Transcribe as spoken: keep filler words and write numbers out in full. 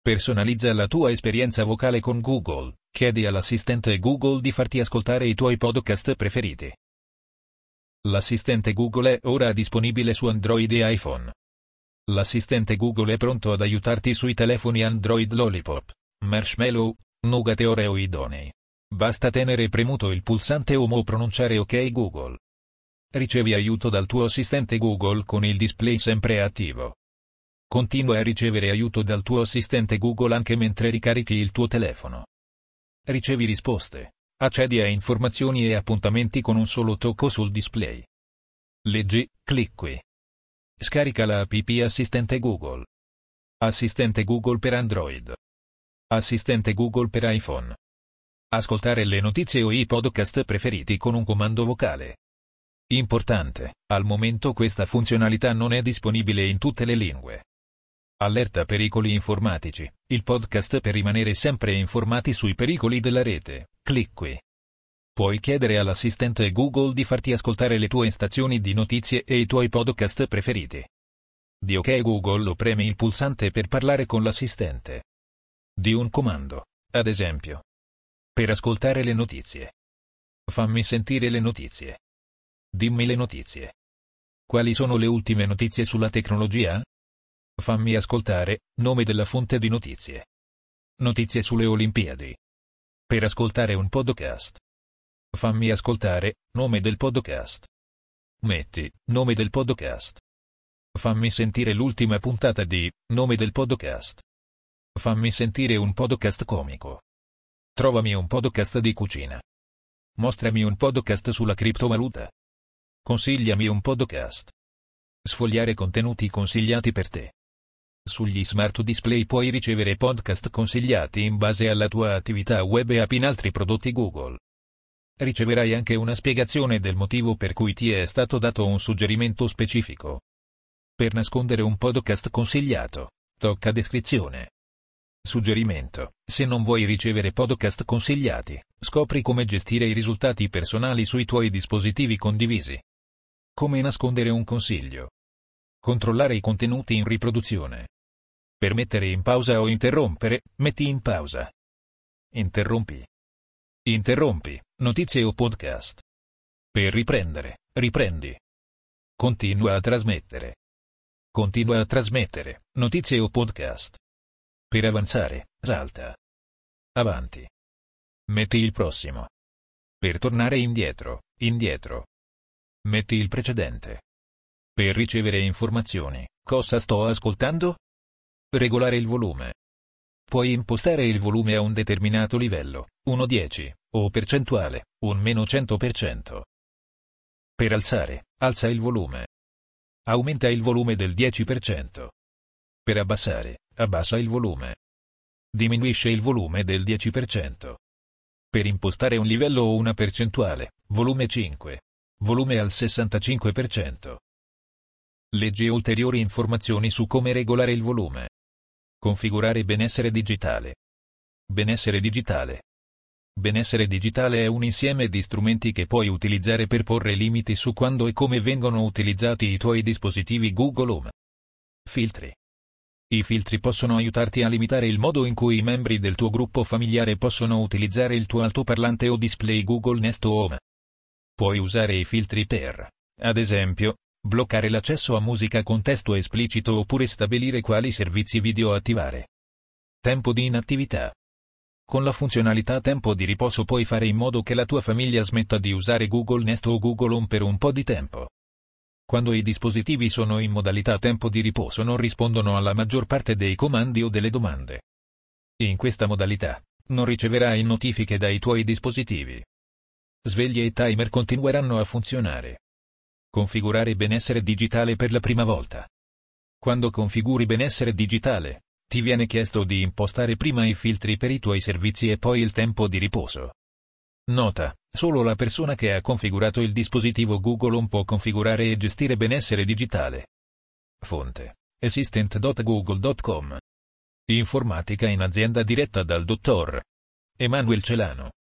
Personalizza la tua esperienza vocale con Google. Chiedi all'assistente Google di farti ascoltare i tuoi podcast preferiti. L'assistente Google è ora disponibile su Android e iPhone. L'assistente Google è pronto ad aiutarti sui telefoni Android Lollipop, Marshmallow, Nougat e Oreo idonei. Basta tenere premuto il pulsante Home o pronunciare OK Google. Ricevi aiuto dal tuo assistente Google con il display sempre attivo. Continua a ricevere aiuto dal tuo assistente Google anche mentre ricarichi il tuo telefono. Ricevi risposte, accedi a informazioni e appuntamenti con un solo tocco sul display. Leggi, clic qui. Scarica la app Assistente Google. Assistente Google per Android. Assistente Google per iPhone. Ascoltare le notizie o i podcast preferiti con un comando vocale. Importante, al momento questa funzionalità non è disponibile in tutte le lingue. Allerta pericoli informatici, il podcast per rimanere sempre informati sui pericoli della rete, clic qui. Puoi chiedere all'assistente Google di farti ascoltare le tue stazioni di notizie e i tuoi podcast preferiti. Di OK Google o premi il pulsante per parlare con l'assistente. Di un comando, ad esempio. Per ascoltare le notizie. Fammi sentire le notizie. Dimmi le notizie. Quali sono le ultime notizie sulla tecnologia? Fammi ascoltare, nome della fonte di notizie. Notizie sulle Olimpiadi. Per ascoltare un podcast. Fammi ascoltare, nome del podcast. Metti, nome del podcast. Fammi sentire l'ultima puntata di, nome del podcast. Fammi sentire un podcast comico. Trovami un podcast di cucina. Mostrami un podcast sulla criptovaluta. Consigliami un podcast. Sfogliare contenuti consigliati per te. Sugli smart display puoi ricevere podcast consigliati in base alla tua attività web e app in altri prodotti Google. Riceverai anche una spiegazione del motivo per cui ti è stato dato un suggerimento specifico. Per nascondere un podcast consigliato, tocca descrizione. Suggerimento: se non vuoi ricevere podcast consigliati, scopri come gestire i risultati personali sui tuoi dispositivi condivisi. Come nascondere un consiglio. Controllare i contenuti in riproduzione. Per mettere in pausa o interrompere, metti in pausa. Interrompi. Interrompi, notizie o podcast. Per riprendere, riprendi. Continua a trasmettere. Continua a trasmettere, notizie o podcast. Per avanzare, salta. Avanti. Metti il prossimo. Per tornare indietro, indietro. Metti il precedente. Per ricevere informazioni, cosa sto ascoltando? Regolare il volume. Puoi impostare il volume a un determinato livello, uno dieci, o percentuale, un meno cento per cento. Per alzare, alza il volume. Aumenta il volume del dieci per cento. Per abbassare, abbassa il volume. Diminuisce il volume del dieci per cento. Per impostare un livello o una percentuale, volume cinque. Volume al sessantacinque per cento. Leggi ulteriori informazioni su come regolare il volume. Configurare benessere digitale. Benessere digitale. Benessere digitale è un insieme di strumenti che puoi utilizzare per porre limiti su quando e come vengono utilizzati i tuoi dispositivi Google Home. Filtri. I filtri possono aiutarti a limitare il modo in cui i membri del tuo gruppo familiare possono utilizzare il tuo altoparlante o display Google Nest Home. Puoi usare i filtri per, ad esempio, bloccare l'accesso a musica con testo esplicito oppure stabilire quali servizi video attivare. Tempo di inattività. Con la funzionalità tempo di riposo puoi fare in modo che la tua famiglia smetta di usare Google Nest o Google Home per un po' di tempo. Quando i dispositivi sono in modalità tempo di riposo non rispondono alla maggior parte dei comandi o delle domande. In questa modalità, non riceverai notifiche dai tuoi dispositivi. Sveglie e timer continueranno a funzionare. Configurare benessere digitale per la prima volta. Quando configuri benessere digitale, ti viene chiesto di impostare prima i filtri per i tuoi servizi e poi il tempo di riposo. Nota: solo la persona che ha configurato il dispositivo Google Home può configurare e gestire benessere digitale. Fonte: assistant punto google punto com. Informatica in azienda diretta dal dottor Emanuel Celano.